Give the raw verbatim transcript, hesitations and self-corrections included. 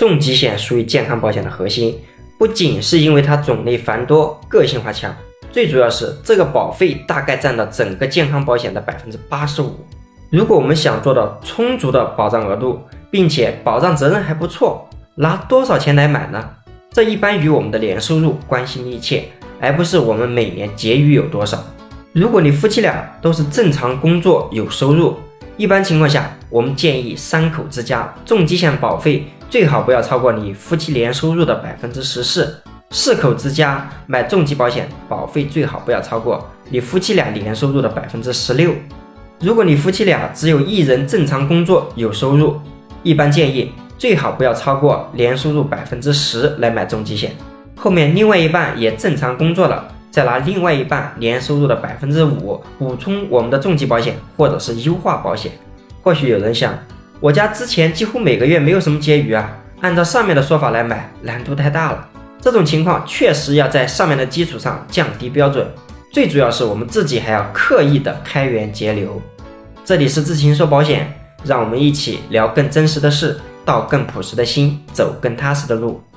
重疾险属于健康保险的核心，不仅是因为它种类繁多、个性化强，最主要是这个保费大概占到整个健康保险的 百分之八十五。 如果我们想做到充足的保障额度，并且保障责任还不错，拿多少钱来买呢？这一般与我们的年收入关系密切，而不是我们每年结余有多少。如果你夫妻俩都是正常工作有收入，一般情况下，我们建议三口之家重疾险保费最好不要超过你夫妻年收入的 百分之十四， 四口之家买重疾保险保费最好不要超过你夫妻俩年收入的 百分之十六。 如果你夫妻俩只有一人正常工作有收入，一般建议最好不要超过年收入 百分之十 来买重疾险，后面另外一半也正常工作了，再拿另外一半年收入的 百分之五 补充我们的重疾保险或者是优化保险。或许有人想，我家之前几乎每个月没有什么结余啊，按照上面的说法来买难度太大了。这种情况确实要在上面的基础上降低标准，最主要是我们自己还要刻意的开源节流。这里是智勤说保险，让我们一起聊更真实的事，道更朴实的心，走更踏实的路。